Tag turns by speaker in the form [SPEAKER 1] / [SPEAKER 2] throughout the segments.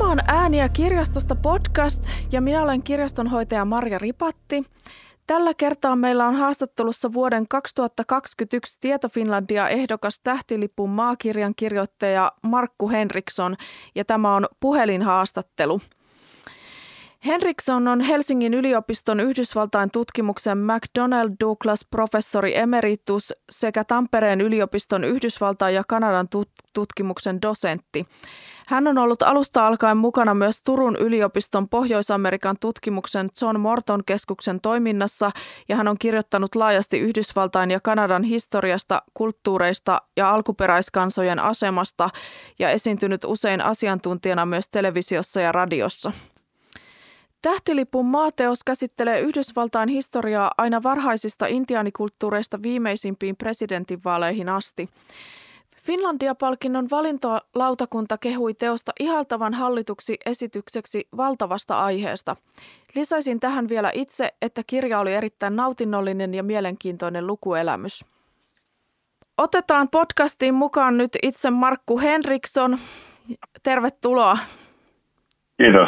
[SPEAKER 1] Tämä on Ääniä kirjastosta podcast ja minä olen kirjastonhoitaja Marja Ripatti. Tällä kertaa meillä on haastattelussa vuoden 2021 Tieto Finlandia-ehdokas Tähtilipun maakirjan kirjoittaja Markku Henriksson ja tämä on puhelinhaastattelu. Henriksson on Helsingin yliopiston Yhdysvaltain tutkimuksen McDonnell Douglas professori emeritus sekä Tampereen yliopiston Yhdysvaltain ja Kanadan tutkimuksen dosentti. Hän on ollut alusta alkaen mukana myös Turun yliopiston Pohjois-Amerikan tutkimuksen John Morton keskuksen toiminnassa ja hän on kirjoittanut laajasti Yhdysvaltain ja Kanadan historiasta, kulttuureista ja alkuperäiskansojen asemasta ja esiintynyt usein asiantuntijana myös televisiossa ja radiossa. Tähtilipun maateos käsittelee Yhdysvaltain historiaa aina varhaisista intiaanikulttuureista viimeisimpiin presidentinvaaleihin asti. Finlandia-palkinnon valintolautakunta kehui teosta ihaltavan hallituksi esitykseksi valtavasta aiheesta. Lisäisin tähän vielä itse, että kirja oli erittäin nautinnollinen ja mielenkiintoinen lukuelämys. Otetaan podcastiin mukaan nyt itse Markku Henriksson. Tervetuloa.
[SPEAKER 2] Kiitos.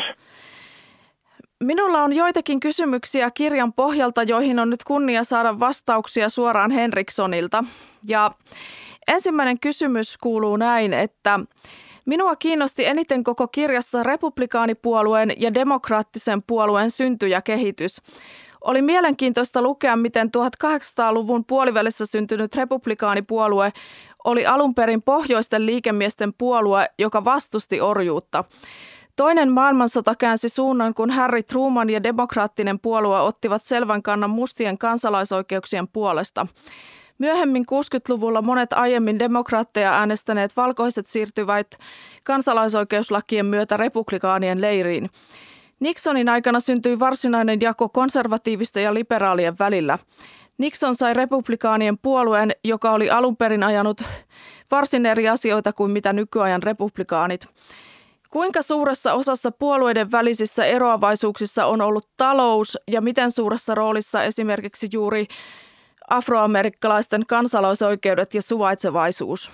[SPEAKER 1] Minulla on joitakin kysymyksiä kirjan pohjalta, joihin on nyt kunnia saada vastauksia suoraan Henrikssonilta. Ja ensimmäinen kysymys kuuluu näin, että minua kiinnosti eniten koko kirjassa republikaanipuolueen ja demokraattisen puolueen synty ja kehitys. Oli mielenkiintoista lukea, miten 1800-luvun puolivälissä syntynyt republikaanipuolue oli alun perin pohjoisten liikemiesten puolue, joka vastusti orjuutta. Toinen maailmansota käänsi suunnan, kun Harry Truman ja demokraattinen puolue ottivat selvän kannan mustien kansalaisoikeuksien puolesta. Myöhemmin 60-luvulla monet aiemmin demokraatteja äänestäneet valkoiset siirtyivät kansalaisoikeuslakien myötä republikaanien leiriin. Nixonin aikana syntyi varsinainen jako konservatiivisten ja liberaalien välillä. Nixon sai republikaanien puolueen, joka oli alun perin ajanut varsin eri asioita kuin mitä nykyajan republikaanit. Kuinka suuressa osassa puolueiden välisissä eroavaisuuksissa on ollut talous ja miten suuressa roolissa esimerkiksi juuri afroamerikkalaisten kansalaisoikeudet ja suvaitsevaisuus?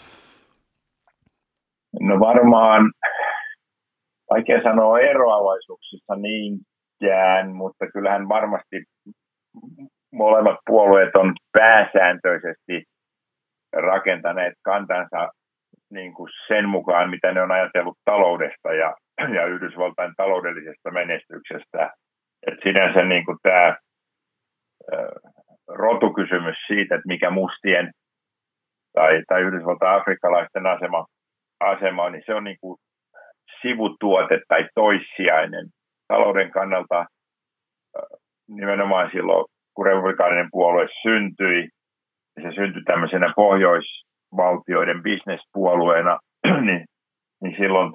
[SPEAKER 2] No varmaan, vaikea sanoa eroavaisuuksissa niinkään, mutta kyllähän varmasti molemmat puolueet on pääsääntöisesti rakentaneet kantansa niin kuin sen mukaan, mitä ne on ajatellut taloudesta ja Yhdysvaltain taloudellisesta menestyksestä. Et sinänsä niin kuin tämä rotukysymys siitä, että mikä mustien tai Yhdysvaltain afrikkalaisten asema on, niin se on niin kuin sivutuote tai toissijainen. Talouden kannalta nimenomaan silloin, kun republikaaninen puolue syntyi, se syntyi tämmöisenä pohjoisvaltioiden bisnespuolueena, niin silloin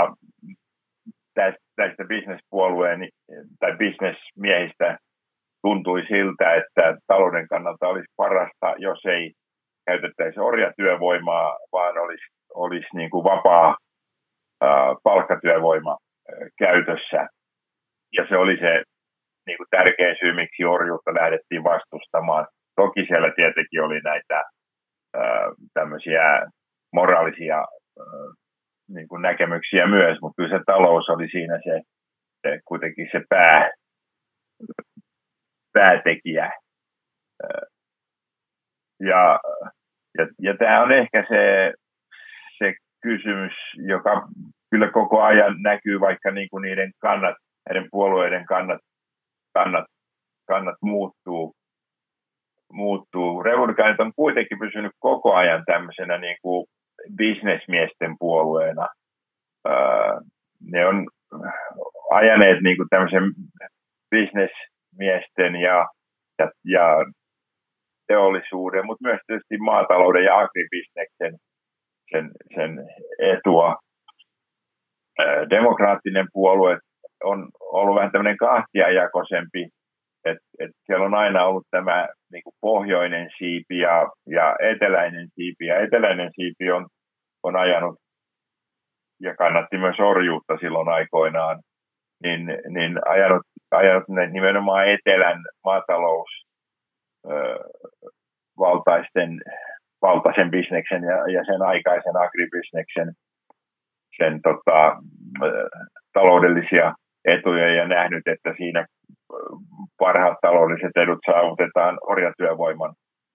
[SPEAKER 2] tästä bisnespuolueen tai bisnesmiehistä tuntui siltä, että talouden kannalta olisi parasta, jos ei käytettäisi orjatyövoimaa, vaan olisi niin kuin vapaa palkkatyövoima käytössä. Ja se oli se niin kuin tärkein syy, miksi orjuutta lähdettiin vastustamaan. Toki siellä tietenkin oli näitä tämmöisiä moraalisia niin kuin näkemyksiä myös, mutta kyllä se talous oli siinä se kuitenkin se päätekijä. Ja tämä on ehkä se kysymys, joka kyllä koko ajan näkyy, vaikka niin kuin niiden puolueiden kannat muuttuu. Republikaanit on kuitenkin pysynyt koko ajan tämmöisenä niin kuin bisnesmiesten puolueena. Ne on ajaneet niin kuin tämmöisen bisnesmiesten ja teollisuuden, mutta myös tietysti maatalouden ja agribisneksen sen etua. Demokraattinen puolue on ollut vähän tämmöinen kahtiajakoisempi, että siellä on aina ollut tämä niin kuin pohjoinen siipi ja eteläinen siipi. Ja eteläinen siipi on ajanut ja kannatti myös orjuutta silloin aikoinaan, niin ajanut nimenomaan etelän valtaisen bisneksen ja sen aikaisen agribisneksen sen taloudellisia etuja ja nähnyt, että siinä parhaat taloudelliset edut saavutetaan orjatyövoiman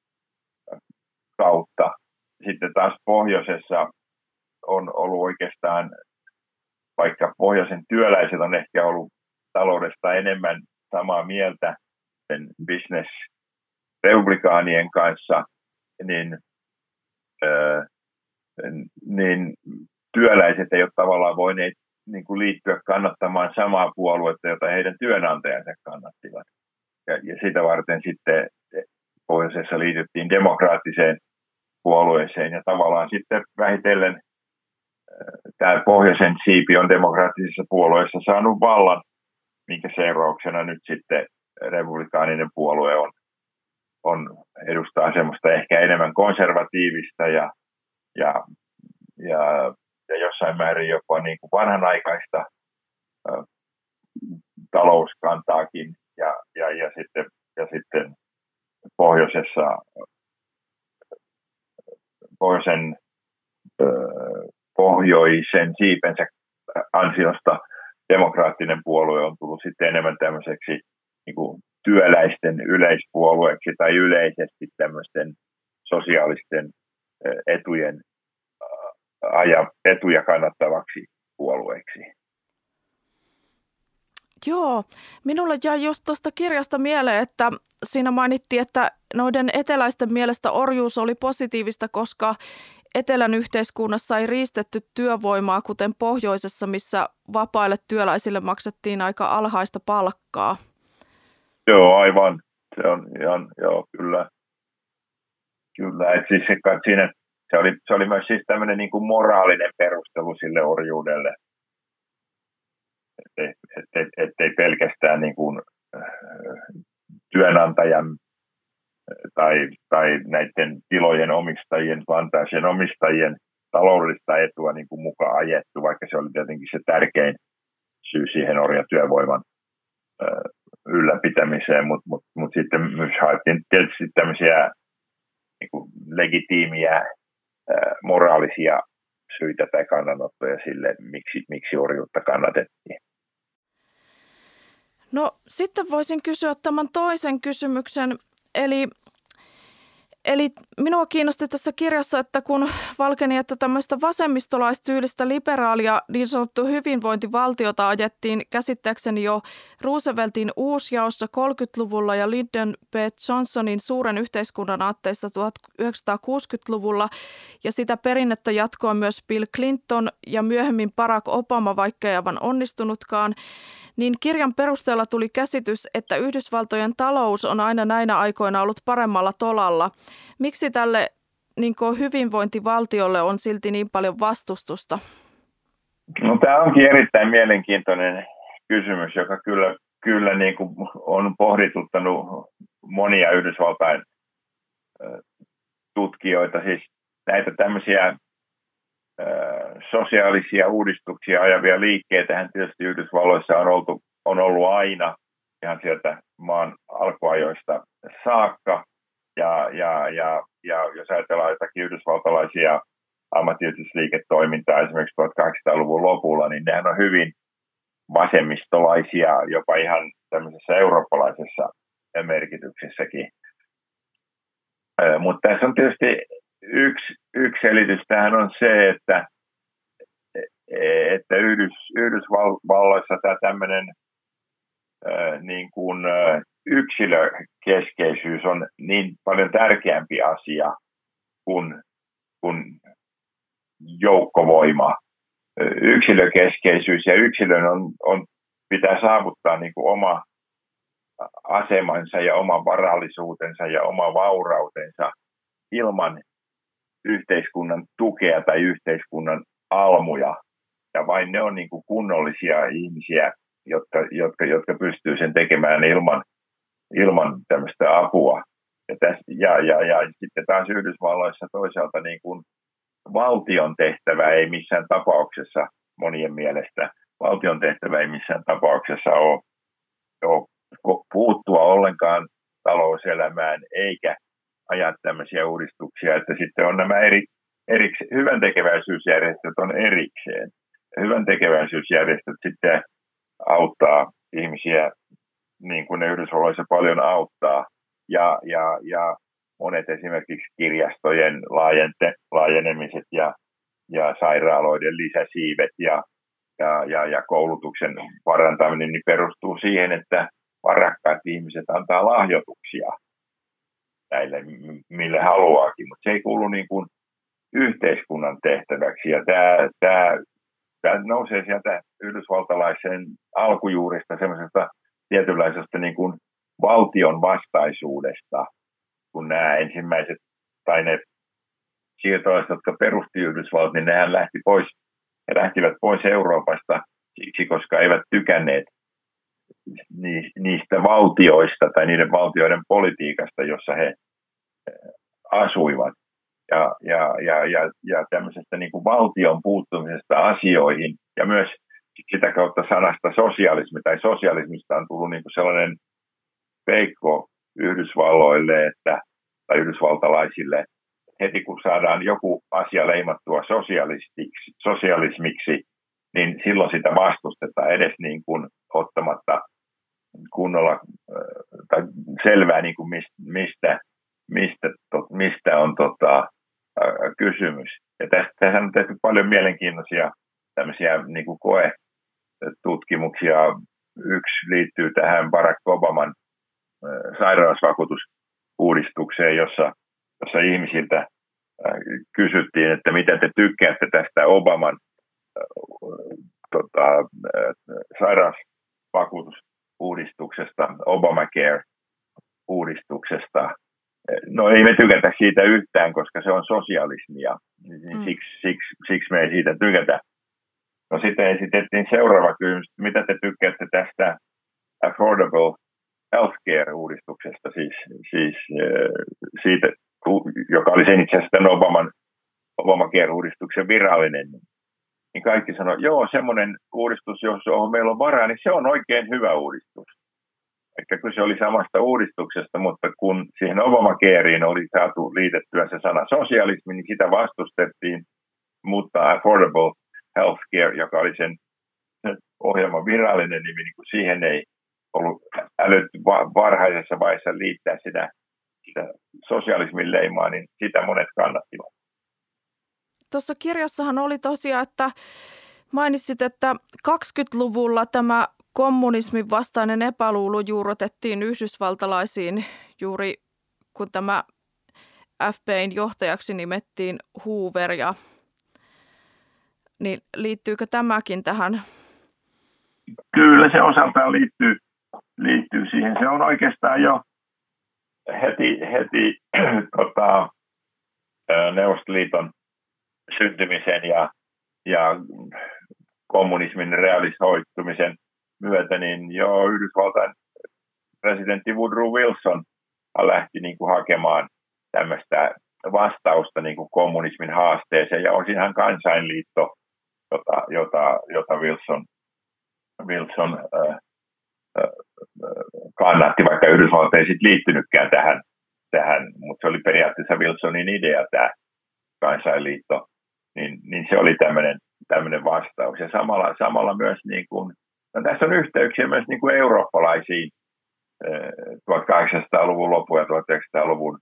[SPEAKER 2] kautta. Sitten taas pohjoisessa on ollut oikeastaan, vaikka pohjoisen työläiset on ehkä ollut taloudesta enemmän samaa mieltä sen business-republikaanien kanssa, niin työläiset ei ole tavallaan voineet niin kuin liittyä kannattamaan samaa puoluetta, jota heidän työnantajansa kannattivat. Ja sitä varten sitten pohjoisessa liityttiin demokraattiseen puolueeseen ja tavallaan sitten vähitellen tämä pohjoisen siipi on demokraattisessa puolueessa saanut vallan, minkä seurauksena nyt sitten republikaaninen puolue edustaa semmoista ehkä enemmän konservatiivista ja jossain määrin jopa niin kuin vanhanaikaista talouskantaakin ja sitten pohjoisen siipensä ansiosta demokraattinen puolue on tullut sitten enemmän tämmöiseksi niin kuin työläisten yleispuolueeksi tai yleisesti tämmöisten sosiaalisten etuja kannattavaksi puolueeksi.
[SPEAKER 1] Joo, minulle jäi just tuosta kirjasta mieleen, että siinä mainittiin, että noiden eteläisten mielestä orjuus oli positiivista, koska etelän yhteiskunnassa ei riistetty työvoimaa, kuten pohjoisessa, missä vapaille työläisille maksettiin aika alhaista palkkaa.
[SPEAKER 2] Joo, aivan. Se on ihan, joo, kyllä. Et siis se oli myös siis tämmöinen niin kuin moraalinen perustelu sille orjuudelle. Ettei pelkästään niin kuin työnantajan tai näiden tilojen omistajien, plantaasien omistajien taloudellista etua niin kuin mukaan ajettu, vaikka se oli tietenkin se tärkein syy siihen orjatyövoiman ylläpitämiseen, mutta sitten myös haettiin tietysti tämmöisiä niin kuin legitiimiä moraalisia syitä tai kannanottoja sille, miksi orjuutta kannatettiin.
[SPEAKER 1] No sitten voisin kysyä tämän toisen kysymyksen, eli minua kiinnosti tässä kirjassa, että kun valkeni, että tämmöistä vasemmistolaistyylistä liberaalia niin sanottu hyvinvointivaltiota ajettiin käsittääkseni jo Rooseveltin uusjaossa 30-luvulla ja Lyndon B. Johnsonin suuren yhteiskunnan aatteissa 1960-luvulla ja sitä perinnettä jatkoa myös Bill Clinton ja myöhemmin Barack Obama, vaikka ei aivan onnistunutkaan, niin kirjan perusteella tuli käsitys, että Yhdysvaltojen talous on aina näinä aikoina ollut paremmalla tolalla. Miksi tälle hyvinvointivaltiolle on silti niin paljon vastustusta?
[SPEAKER 2] No, tämä onkin erittäin mielenkiintoinen kysymys, joka kyllä niin kuin on pohdituttanut monia Yhdysvaltain tutkijoita. Siis näitä tämmöisiä sosiaalisia uudistuksia ajavia liikkeitähän tietysti Yhdysvalloissa on ollut aina ihan sieltä maan alkuajoista saakka. Ja jos ajatellaan jotakin yhdysvaltalaisia ammattiyhdistysliiketoimintaa esimerkiksi 1800-luvun lopulla, niin nehän on hyvin vasemmistolaisia jopa ihan tämmöisessä eurooppalaisessa merkityksessäkin. Mutta tässä on tietysti yksi selitys tähän on se, että Yhdysvalloissa tämä tämmöinen niin kuin yksilökeskeisyys on niin paljon tärkeämpi asia kuin joukkovoima. Yksilökeskeisyys ja yksilön pitää saavuttaa niin kuin oma asemansa ja oma varallisuutensa ja oma vaurautensa ilman yhteiskunnan tukea tai yhteiskunnan almuja. Ja vain ne on niin kuin kunnollisia ihmisiä, jotka pystyy sen tekemään ilman tämmöistä apua. Ja sitten taas Yhdysvalloissa toisaalta niin kuin valtion tehtävä ei missään tapauksessa, monien mielestä, valtion tehtävä ei missään tapauksessa ole puuttua ollenkaan talouselämään eikä ajaa tämmöisiä uudistuksia, että sitten on nämä hyvän tekeväisyysjärjestöt on erikseen. Hyvän tekeväisyysjärjestöt sitten auttaa ihmisiä niin kuin ne Yhdysvalloissa paljon auttaa. Ja monet esimerkiksi kirjastojen laajenemiset ja sairaaloiden lisäsiivet ja koulutuksen parantaminen niin perustuu siihen, että varakkaat ihmiset antaa lahjoituksia näille, mille haluaakin, mutta se ei kuulu niin kuin yhteiskunnan tehtäväksi. Ja tämä nousee sieltä yhdysvaltalaisen alkujuurista semmoisesta tietynlaisesta niin kuin valtion vastaisuudesta, kun nämä ensimmäiset tai ne siirtolaiset, jotka perusti Yhdysvallat, niin nehän lähtivät pois Euroopasta siksi, koska eivät tykänneet niistä valtioista tai niiden valtioiden politiikasta, jossa he asuivat. Ja tämmöisestä niin kuin valtion puuttumisesta asioihin ja myös sitä kautta sanasta sosialismi tai sosialismista on tullut niin kuin sellainen peikko Yhdysvalloille tai yhdysvaltalaisille. Heti kun saadaan joku asia leimattua sosialismiksi, niin silloin sitä vastustetaan edes niin kuin ottamatta kunnolla tai selvää niin kuin mistä on kysymys. Ja tässä on tehty paljon mielenkiintoisia tämmöisiä niin kuin koetutkimuksia. Yksi liittyy tähän Barack Obaman sairausvakuutusuudistukseen, jossa ihmisiltä kysyttiin, että mitä te tykkäätte tästä Obaman sairausvakuutusuudistuksesta, Obamacare-uudistuksesta. No ei me tykätä siitä yhtään, koska se on sosialismia. Siksi me ei siitä tykätä. No sitten esitettiin seuraava kysymys, mitä te tykkäätte tästä Affordable Healthcare-uudistuksesta, siis siitä, joka oli sen itse asiassa tämän Obamacare-uudistuksen virallinen. Niin kaikki sanoi, joo, semmoinen uudistus, jos meillä on varaa, niin se on oikein hyvä uudistus. Ehkä kyse oli samasta uudistuksesta, mutta kun siihen Obamacareen oli saatu liitettyä se sana sosialismi, niin sitä vastustettiin, mutta Affordable Healthcare, joka oli sen ohjelman virallinen nimi, niin kun siihen ei ollut älytty varhaisessa vaiheessa liittää sitä sosialismin leimaa, niin sitä monet kannattivat.
[SPEAKER 1] Tuossa kirjassahan oli tosiaan, että mainitsit, että 20-luvulla tämä kommunismin vastainen epäluulo juurrutettiin yhdysvaltalaisiin juuri kun tämä FBI:n johtajaksi nimettiin Hoover. Niin liittyykö tämäkin tähän?
[SPEAKER 2] Kyllä se osaltaan liittyy siihen. Se on oikeastaan jo heti Neuvostoliiton syntymisen ja kommunismin realisoitumisen myötä, niin jo Yhdysvaltain presidentti Woodrow Wilson lähti niin kuin hakemaan tämmöistä vastausta niin kuin kommunismin haasteeseen, ja osinhan kansainliitto, jota Wilson kannatti, vaikka Yhdysvallat ei sitten liittynytkään tähän, mutta se oli periaatteessa Wilsonin idea tämä kansainliitto, niin se oli tämmöinen vastaus. Ja samalla myös, niin kuin, no tässä on yhteyksiä myös niin kuin eurooppalaisiin 1800-luvun lopun ja 1900-luvun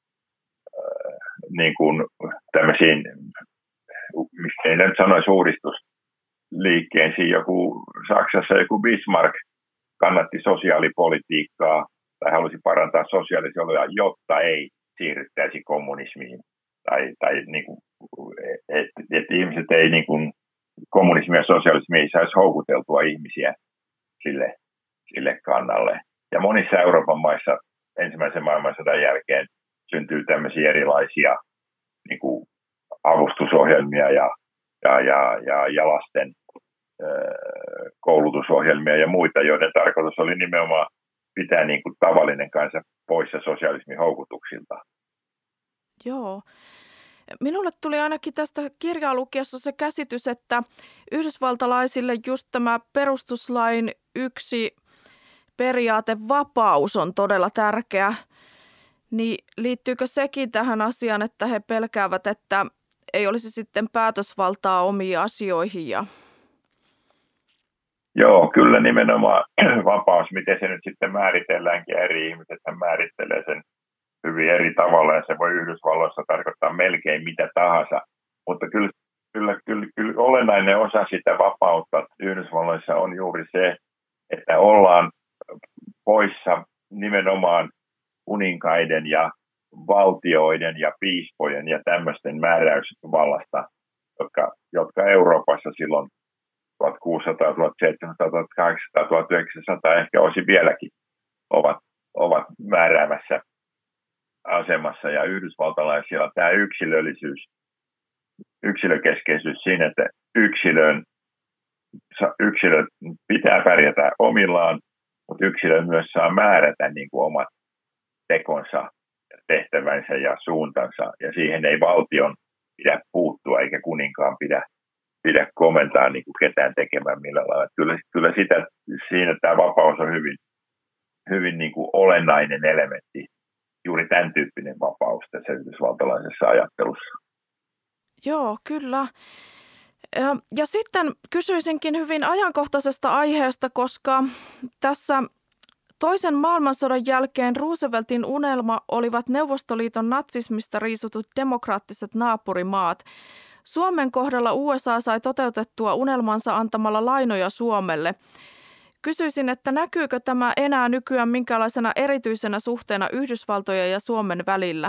[SPEAKER 2] niin kuin tämmöisiin, mistä ei nyt sanoisi uudistusliikkeisiin, Saksassa joku Bismarck kannatti sosiaalipolitiikkaa tai halusi parantaa sosiaalisia oloja, jotta ei siirryttäisi kommunismiin. Tai niin kuin, että ihmiset ei niin kuin, kommunismi ja sosialismi ei saisi houkuteltua ihmisiä sille kannalle. Ja monissa Euroopan maissa ensimmäisen maailmansodan jälkeen syntyy tämmöisiä erilaisia niin kuin avustusohjelmia ja lasten koulutusohjelmia ja muita, joiden tarkoitus oli nimenomaan pitää niin kuin tavallinen kansa poissa sosialismin houkutuksilta.
[SPEAKER 1] Joo. Minulle tuli ainakin tästä kirjaa lukiessa se käsitys, että yhdysvaltalaisille just tämä perustuslain yksi periaate vapaus on todella tärkeä. Niin liittyykö sekin tähän asiaan, että he pelkäävät, että ei olisi sitten päätösvaltaa omiin asioihin?
[SPEAKER 2] Joo, kyllä nimenomaan vapaus, miten se nyt sitten määritelläänkin, eri ihmiset määrittelee sen hyvin eri tavalla ja se voi Yhdysvalloissa tarkoittaa melkein mitä tahansa, mutta kyllä olennainen osa sitä vapautta Yhdysvalloissa on juuri se, että ollaan poissa nimenomaan kuninkaiden ja valtioiden ja piispojen ja tämmöisten määräysvallasta, jotka Euroopassa silloin 1600, 1700, 1800, 1900 ehkä osin vieläkin ovat määräävässä asemassa. Ja yhdysvaltalaisilla tämä yksilökeskeisyys siinä, että yksilön pitää pärjätä omillaan, mutta yksilö myös saa määrätä niin kuin omat tekonsa, tehtävänsä ja suuntansa, ja siihen ei valtion pidä puuttua eikä kuninkaan pidä komentaa niin kuin ketään tekemään millä lailla. Kyllä siinä tämä vapaus on hyvin niin kuin olennainen elementti, juuri tämän tyyppinen vapaus tässä yhdysvaltalaisessa ajattelussa.
[SPEAKER 1] Joo, kyllä. Ja sitten kysyisinkin hyvin ajankohtaisesta aiheesta, koska tässä toisen maailmansodan jälkeen Rooseveltin unelma olivat Neuvostoliiton natsismista riisutut demokraattiset naapurimaat. Suomen kohdalla USA sai toteutettua unelmansa antamalla lainoja Suomelle. Kysyisin, että näkyykö tämä enää nykyään minkälaisena erityisenä suhteena Yhdysvaltojen ja Suomen välillä?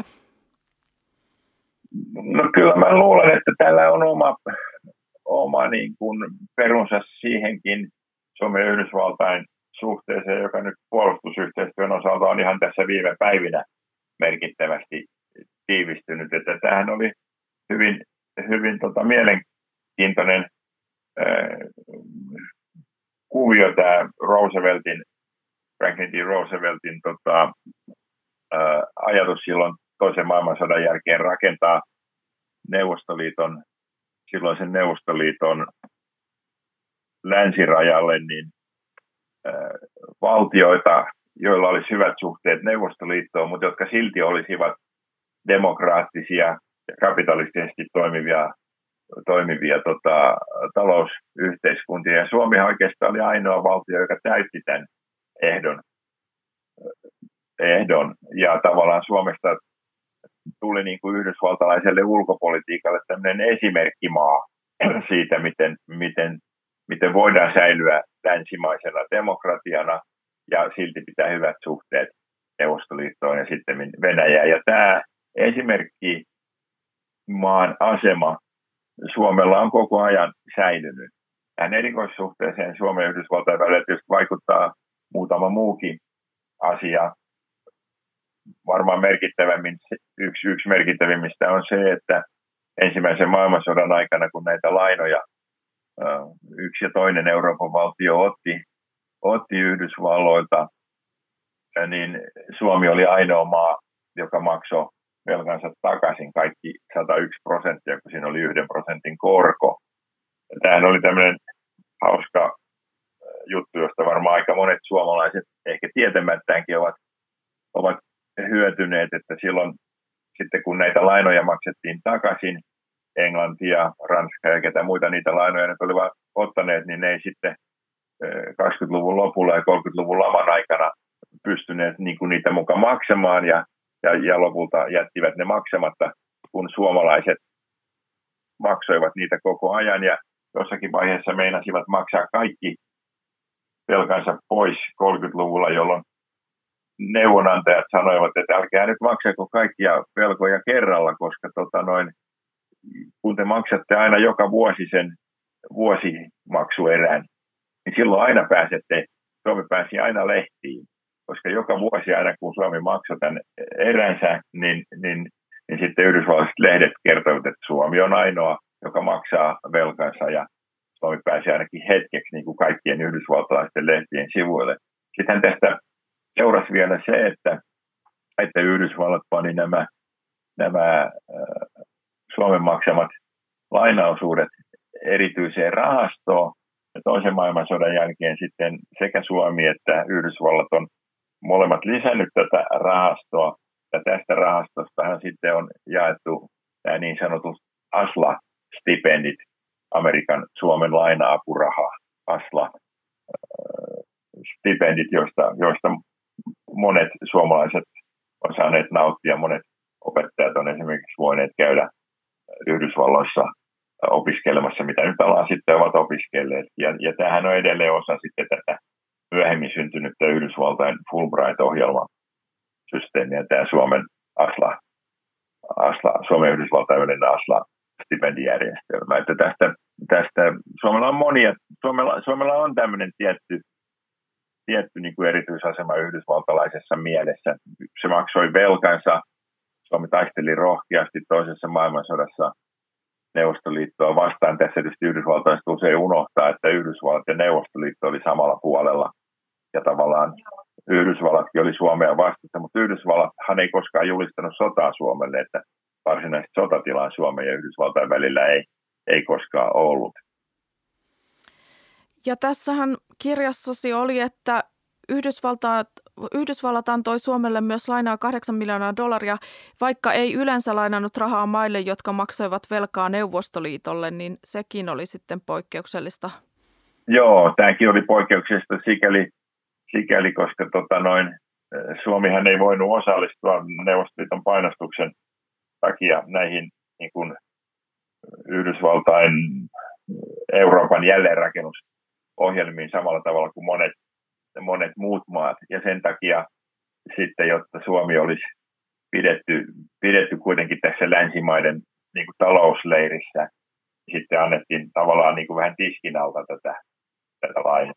[SPEAKER 2] No kyllä mä luulen, että tällä on oma niin kuin perunsa siihenkin Suomen ja Yhdysvaltain suhteeseen, joka nyt puolustusyhteistyön osalta on ihan tässä viime päivinä merkittävästi tiivistynyt. Että tämähän oli hyvin mielenkiintoinen kuvio tämä Franklin D. Rooseveltin ajatus silloin toisen maailmansodan jälkeen rakentaa silloisen Neuvostoliiton länsirajalle niin valtioita, joilla olisi hyvät suhteet Neuvostoliittoon, mutta jotka silti olisivat demokraattisia ja kapitalistisesti toimivia talousyhteiskuntia. Ja Suomi oikeastaan oli ainoa valtio, joka täytti tämän ehdon. Ja tavallaan Suomesta tuli niin kuin yhdysvaltalaiselle ulkopolitiikalle tämmöinen esimerkkimaa siitä, miten voidaan säilyä länsimaisena demokratiana ja silti pitää hyvät suhteet Neuvostoliittoon ja sitten Venäjään. Ja tämä esimerkki maan asema Suomella on koko ajan säilynyt. Tähän erikoissuhteeseen Suomen ja Yhdysvaltain välillä tietysti vaikuttaa muutama muukin asia. Varmaan yksi merkittävimmistä on se, että ensimmäisen maailmansodan aikana, kun näitä lainoja yksi ja toinen Euroopan valtio otti Yhdysvalloilta, niin Suomi oli ainoa maa, joka maksoi velkansa takaisin kaikki 101%, kun siinä oli 1% korko. Tämähän oli tämmöinen hauska juttu, josta varmaan aika monet suomalaiset ehkä tietämättäänkin ovat hyötyneet, että silloin sitten kun näitä lainoja maksettiin takaisin, Englantia, Ranska ja ketä muita niitä lainoja nyt olivat ottaneet, niin ne ei sitten 20-luvun lopulla ja 30-luvun laman aikana pystyneet niin kuin niitä mukaan maksamaan ja lopulta jättivät ne maksamatta, kun suomalaiset maksoivat niitä koko ajan ja jossakin vaiheessa meinasivat maksaa kaikki velkansa pois 30-luvulla, jolloin neuvonantajat sanoivat, että älkää nyt maksako kaikkia velkoja kerralla, koska kun te maksatte aina joka vuosi sen vuosimaksuerän, niin silloin aina Suomi pääsi aina lehtiin, koska joka vuosi aina kun Suomi maksoi tämän eränsä, niin sitten yhdysvaltalaiset lehdet kertovat, että Suomi on ainoa, joka maksaa velkansa ja Suomi pääsi ainakin hetkeksi niin kuin kaikkien yhdysvaltalaisten lehtien sivuille. Sitten tästä seurasi vielä se, että Yhdysvallat pani nämä Suomen maksamat lainaosuudet erityiseen rahastoon. Ja toisen maailmansodan jälkeen sitten sekä Suomi että Yhdysvallat on molemmat lisännyt tätä rahastoa. Ja tästä rahastostahan sitten on jaettu nämä niin sanotut ASLA-stipendit, Amerikan Suomen laina-apuraha, ASLA. stipendit, joista monet suomalaiset on saaneet nauttia. Monet opettajat on esimerkiksi voineet käydä Yhdysvalloissa opiskelemassa, mitä nyt alaan sitten ovat opiskelleet. Ja tämähän on edelleen osa sitten tätä myöhemmin syntynyttä Yhdysvaltain Fulbright-ohjelmasysteemiä, tämä Suomen Suomen Yhdysvaltain välinen ASLA-stipendijärjestelmä. Että tästä Suomella on tämmöinen tietty niin kuin erityisasema yhdysvaltalaisessa mielessä. Se maksoi velkansa. Suomi taisteli rohkeasti toisessa maailmansodassa Neuvostoliittoa vastaan. Tässä tietysti Yhdysvaltaista usein unohtaa, että Yhdysvallat ja Neuvostoliitto oli samalla puolella. Ja tavallaan Yhdysvallatkin oli Suomea vastassa, mutta Yhdysvallathan ei koskaan julistanut sotaa Suomelle, että varsinaisesti sotatilaa Suomen ja Yhdysvaltain välillä ei koskaan ollut.
[SPEAKER 1] Ja tässähän kirjassasi oli, että Yhdysvallat antoi Suomelle myös lainaa $8 miljoonaa, vaikka ei yleensä lainannut rahaa maille, jotka maksoivat velkaa Neuvostoliitolle, niin sekin oli sitten poikkeuksellista.
[SPEAKER 2] Joo, tämäkin oli poikkeuksellista sikäli koska Suomihan ei voinut osallistua Neuvostoliiton painostuksen takia näihin niin kuin Yhdysvaltain Euroopan jälleenrakennusohjelmiin samalla tavalla kuin monet muut maat. Ja sen takia sitten, jotta Suomi olisi pidetty kuitenkin tässä länsimaiden niin kuin talousleirissä, sitten annettiin tavallaan niin kuin vähän tiskin alta tätä lainaa.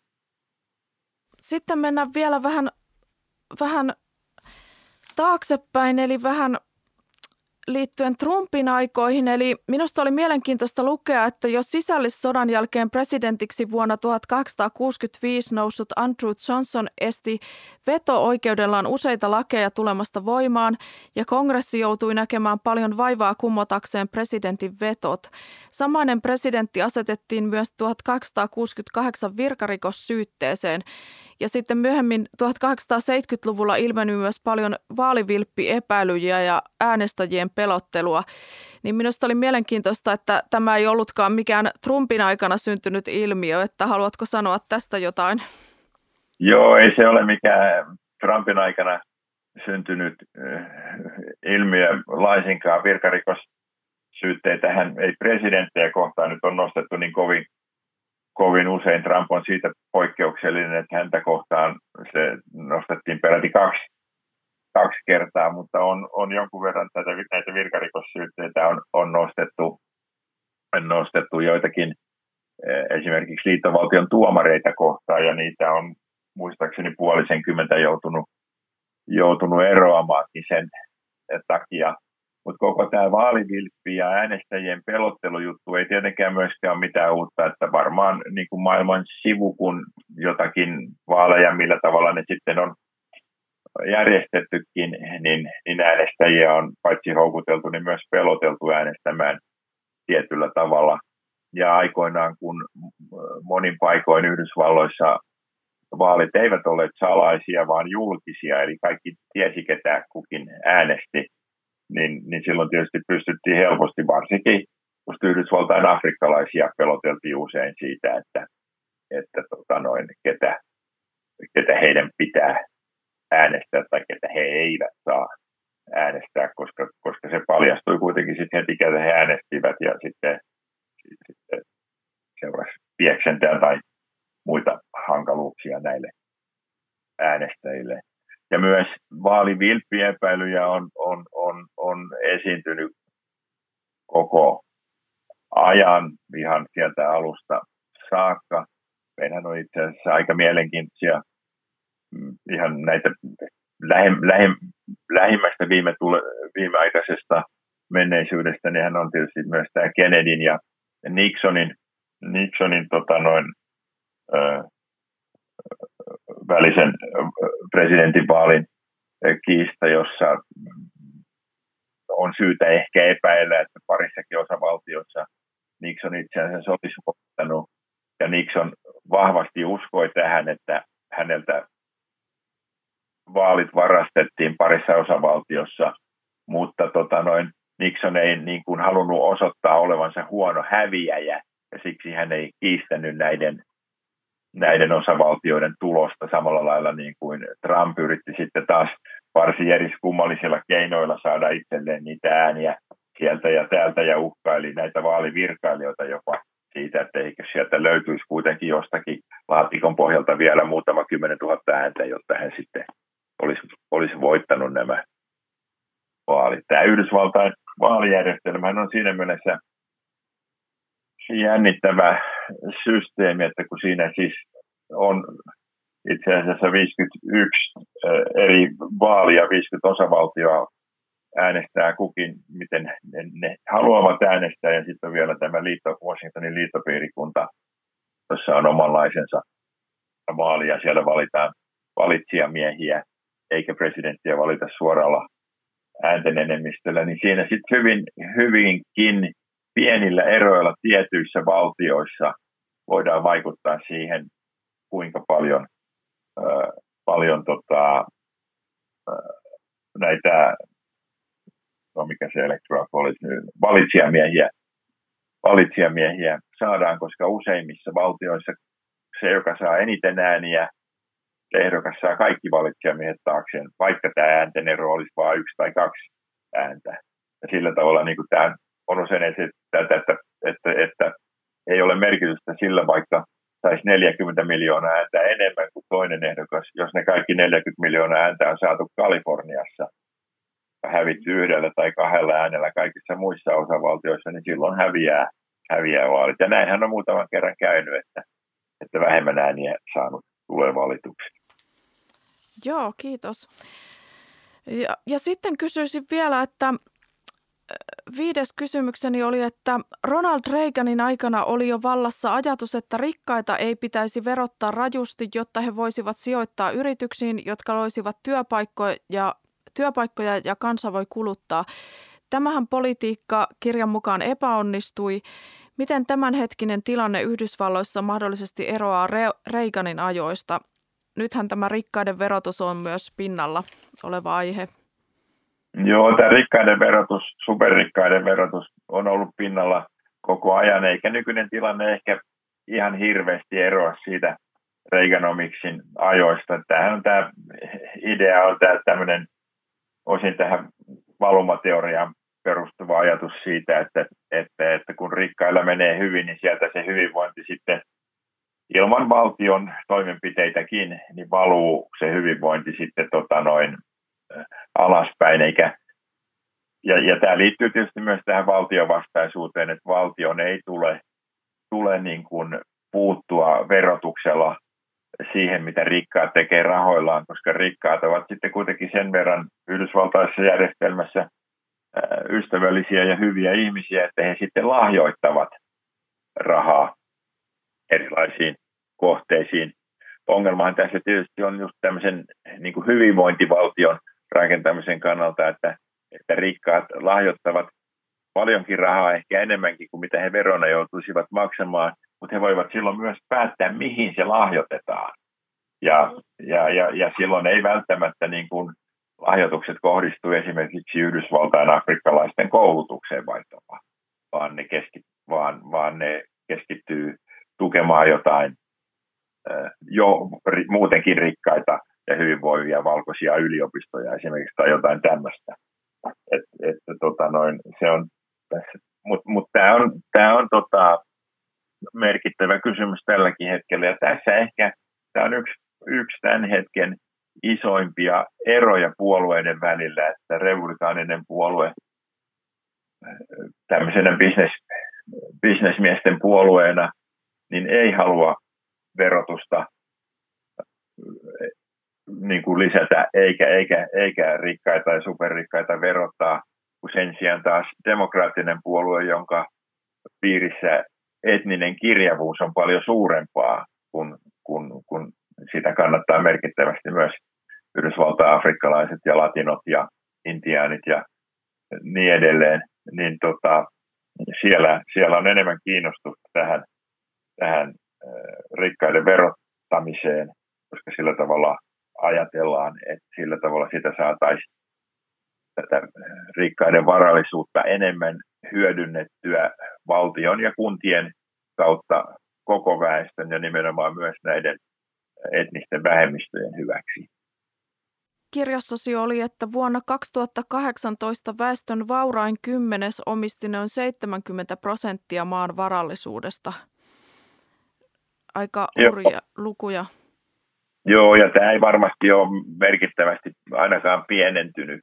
[SPEAKER 1] Sitten mennään vielä vähän taaksepäin, eli vähän liittyen Trumpin aikoihin. Eli minusta oli mielenkiintoista lukea, että jo sisällissodan jälkeen presidentiksi vuonna 1865 noussut Andrew Johnson esti veto-oikeudellaan useita lakeja tulemasta voimaan, ja kongressi joutui näkemään paljon vaivaa kummotakseen presidentin vetot. Samainen presidentti asetettiin myös 1868 virkarikossyytteeseen. Ja sitten myöhemmin 1870-luvulla ilmeni myös paljon vaalivilppiepäilyjä ja äänestäjien pelottelua. Niin minusta oli mielenkiintoista, että tämä ei ollutkaan mikään Trumpin aikana syntynyt ilmiö. Että haluatko sanoa tästä jotain?
[SPEAKER 2] Joo, ei se ole mikään Trumpin aikana syntynyt ilmiö laisinkaan. Virkarikossyytteitähän ei presidenttejä kohtaan nyt on nostettu niin kovin usein. Trump on siitä poikkeuksellinen, että häntä kohtaan se nostettiin peräti kaksi kertaa, mutta on jonkun verran näitä virkarikossyytteitä on nostettu joitakin esimerkiksi liittovaltion tuomareita kohtaan, ja niitä on muistaakseni puolisenkymmentä joutunut eroamaankin sen takia. Mutta koko tämä vaalivilppi ja äänestäjien pelottelujuttu ei tietenkään myöskään ole mitään uutta, että varmaan niin kuin maailman sivu, kun jotakin vaaleja, millä tavalla ne sitten on järjestettykin, niin äänestäjiä on paitsi houkuteltu, niin myös peloteltu äänestämään tietyllä tavalla. Ja aikoinaan, kun monin paikoin Yhdysvalloissa vaalit eivät olleet salaisia, vaan julkisia, eli kaikki tiesi, ketä kukin äänesti, niin silloin tietysti pystyttiin helposti, varsinkin just Yhdysvaltain afrikkalaisia peloteltiin usein siitä, että ketä heidän pitää äänestää tai ketä he eivät saa äänestää, koska se paljastui kuitenkin sitten heti, ketä he äänestivät, ja sitten seurasi pieksentää tai muita hankaluuksia näille äänestäjille. Ja myös vaalivilppiepäilyjä on esiintynyt koko ajan ihan sieltä alusta saakka. Meillähän on itse asiassa aika mielenkiintoisia ihan näitä lähimmästä viimeaikaisesta menneisyydestä, niin hän on tietysti myös tämä Kennedyn ja Nixonin välisen presidentinvaalin kiista, jossa on syytä ehkä epäillä, että parissakin osavaltiossa Nixon itse asiassa olisi voittanut, ja Nixon vahvasti uskoi tähän, että häneltä vaalit varastettiin parissa osavaltiossa, mutta Nixon ei niin kuin halunnut osoittaa olevansa huono häviäjä, ja siksi hän ei kiistänyt näiden näiden osavaltioiden tulosta samalla lailla niin kuin Trump yritti sitten taas varsin eriskummallisilla keinoilla saada itselleen niitä ääniä sieltä ja täältä ja uhkaili näitä vaalivirkailijoita jopa siitä, että eikö sieltä löytyisi kuitenkin jostakin laatikon pohjalta vielä muutama 10 000 ääntä, jotta hän sitten olisi voittanut nämä vaalit. Tämä Yhdysvaltain vaalijärjestelmä on siinä mielessä jännittävä systeemi, että kun siinä siis on itse asiassa 51 eri vaalia, 50 osavaltioa äänestää kukin, miten ne haluavat äänestää, ja sitten on vielä tämä Washingtonin liittopiirikunta, jossa on omanlaisensa vaali, ja siellä valitaan valitsijamiehiä, eikä presidenttiä valita suoralla äänten enemmistöllä, niin siinä sitten hyvinkin pienillä eroilla tietyissä valtioissa voidaan vaikuttaa siihen, kuinka paljon näitä, mikä se electoral college, valitsijamiehiä saadaan, koska useimmissa valtioissa se, joka saa eniten ääniä, se ehdokas saa kaikki valitsijamiehet taakseen, vaikka tämä äänten ero olisi vain 1 tai 2 ääntä. Ja sillä tavalla niin tämä on usein että ei ole merkitystä sillä, vaikka saisi 40 miljoonaa ääntä enemmän kuin toinen ehdokas, jos ne kaikki 40 miljoonaa ääntä on saatu Kaliforniassa ja hävitty 1 tai 2 äänellä kaikissa muissa osavaltioissa, niin silloin häviää vaalit. Ja näinhän on muutaman kerran käynyt, että vähemmän ääniä saanut tulee valituksi.
[SPEAKER 1] Joo, kiitos. Ja sitten kysyisin vielä, että 5. kysymykseni oli, että Ronald Reaganin aikana oli jo vallassa ajatus, että rikkaita ei pitäisi verottaa rajusti, jotta he voisivat sijoittaa yrityksiin, jotka loisivat työpaikkoja ja kansa voi kuluttaa. Tämähän politiikka kirjan mukaan epäonnistui. Miten tämänhetkinen tilanne Yhdysvalloissa mahdollisesti eroaa Reaganin ajoista? Nythän tämä rikkaiden verotus on myös pinnalla oleva aihe.
[SPEAKER 2] Joo, tämä rikkaiden verotus, superrikkaiden verotus on ollut pinnalla koko ajan, eikä nykyinen tilanne ehkä ihan hirveästi eroa siitä Reaganomicsin ajoista. Tämä idea on tämmöinen osin tähän valumateoriaan perustuva ajatus siitä, että kun rikkailla menee hyvin, niin sieltä se hyvinvointi sitten ilman valtion toimenpiteitäkin, niin valuu se hyvinvointi sitten alaspäin. Ja tämä liittyy tietysti myös tähän valtiovastaisuuteen, että valtion ei tule niin kuin puuttua verotuksella siihen, mitä rikkaat tekee rahoillaan, koska rikkaat ovat sitten kuitenkin sen verran yhdysvaltaisessa järjestelmässä ystävällisiä ja hyviä ihmisiä, että he sitten lahjoittavat rahaa erilaisiin kohteisiin. Ongelmahan tässä tietysti on just tämmöisen niin kuin hyvinvointivaltion rakentamisen kannalta, että rikkaat lahjoittavat paljonkin rahaa, ehkä enemmänkin kuin mitä he verona joutuisivat maksamaan, mutta he voivat silloin myös päättää, mihin se lahjoitetaan. Ja silloin ei välttämättä niin kuin lahjoitukset kohdistu esimerkiksi Yhdysvaltain afrikkalaisten koulutukseen vaikkapa, vaan ne keskittyy tukemaan jotain jo muutenkin rikkaita ja hyvinvoivia valkoisia yliopistoja esimerkiksi tai jotain tämmöistä. Se on tässä, mutta tämä on merkittävä kysymys tälläkin hetkellä, ja tässä ehkä tämä on yksi tämän hetken isoimpia eroja puolueiden välillä, että republikaaninen puolue tämmöisenä bisnesmiesten puolueena niin ei halua verotusta niin kuin lisätä eikä rikkaita ja superrikkaita verottaa, kun sen sijaan taas demokraattinen puolue, jonka piirissä etninen kirjavuus on paljon suurempaa, kun sitä kannattaa merkittävästi myös Yhdysvaltain afrikkalaiset ja latinot ja intiaanit ja niin edelleen, niin siellä on enemmän kiinnostusta tähän rikkaiden verottamiseen, koska sillä tavalla ajatellaan, että sillä tavalla sitä saataisiin tätä rikkaiden varallisuutta enemmän hyödynnettyä valtion ja kuntien kautta koko väestön ja nimenomaan myös näiden etnisten vähemmistöjen hyväksi.
[SPEAKER 1] Kirjassasi oli, että vuonna 2018 väestön vaurain 10 omisti noin 70% maan varallisuudesta. Aika hurja lukuja.
[SPEAKER 2] Joo, ja tämä ei varmasti ole merkittävästi ainakaan pienentynyt.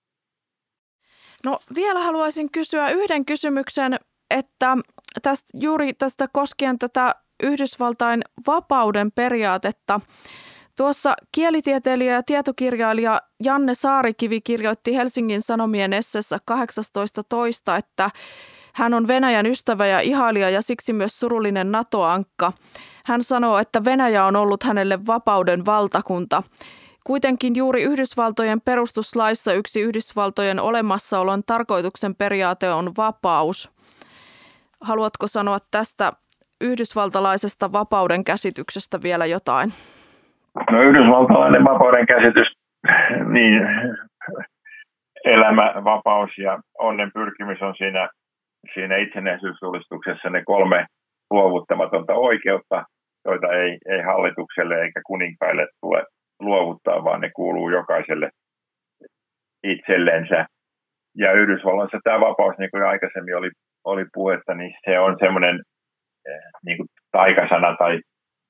[SPEAKER 1] No vielä haluaisin kysyä yhden kysymyksen, että juuri tästä koskien tätä Yhdysvaltain vapauden periaatetta. Tuossa kielitieteilijä ja tietokirjailija Janne Saarikivi kirjoitti Helsingin Sanomien Essessä 18.2, että hän on Venäjän ystävä ja ihailija ja siksi myös surullinen NATO-ankka. Hän sanoo, että Venäjä on ollut hänelle vapauden valtakunta. Kuitenkin juuri Yhdysvaltojen perustuslaissa yksi Yhdysvaltojen olemassaolon tarkoituksen periaate on vapaus. Haluatko sanoa tästä yhdysvaltalaisesta vapauden käsityksestä vielä jotain?
[SPEAKER 2] No yhdysvaltalainen vapauden käsitys, niin elämä, vapaus ja onnen pyrkimys on siinä itsenäisyysjulistuksessa ne 3 luovuttamatonta oikeutta, joita ei hallitukselle eikä kuninkaille tule luovuttaa, vaan ne kuuluu jokaiselle itsellensä. Ja Yhdysvalloissa tämä vapaus, niin kuin aikaisemmin oli puhetta, niin se on semmoinen niin kuin taikasana tai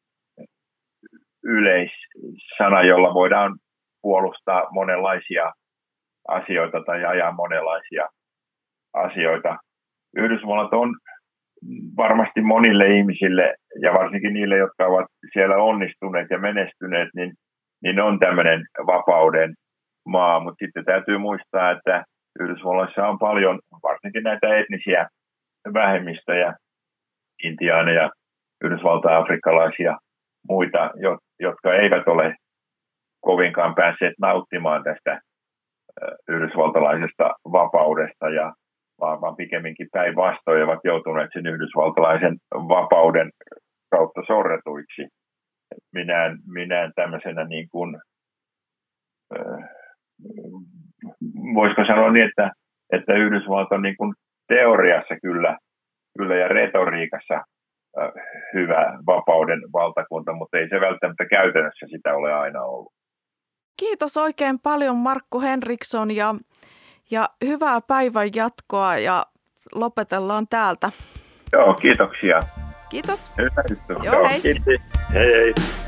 [SPEAKER 2] yleissana, jolla voidaan puolustaa monenlaisia asioita tai ajaa monenlaisia asioita. Yhdysvallat on varmasti monille ihmisille ja varsinkin niille, jotka ovat siellä onnistuneet ja menestyneet, niin on tämmöinen vapauden maa. Mutta sitten täytyy muistaa, että Yhdysvalloissa on paljon varsinkin näitä etnisiä vähemmistöjä, intiaaneja, yhdysvalta-afrikkalaisia, muita, jotka eivät ole kovinkaan päässeet nauttimaan tästä yhdysvaltalaisesta vapaudesta, vaan pikemminkin päinvastoin ovat joutuneet sen yhdysvaltalaisen vapauden kautta sorretuiksi. Minä tämmöisenä niin kuin, voisiko sanoa niin, että Yhdysvallat on niin kuin teoriassa kyllä ja retoriikassa hyvä vapauden valtakunta, mutta ei se välttämättä käytännössä sitä ole aina ollut.
[SPEAKER 1] Kiitos oikein paljon Markku Henriksson ja hyvää päivän jatkoa ja lopetellaan täältä.
[SPEAKER 2] Joo, kiitoksia.
[SPEAKER 1] Kiitos.
[SPEAKER 2] Hyvä juttu.
[SPEAKER 1] Joo, hei.
[SPEAKER 2] Kiitos. Hei hei.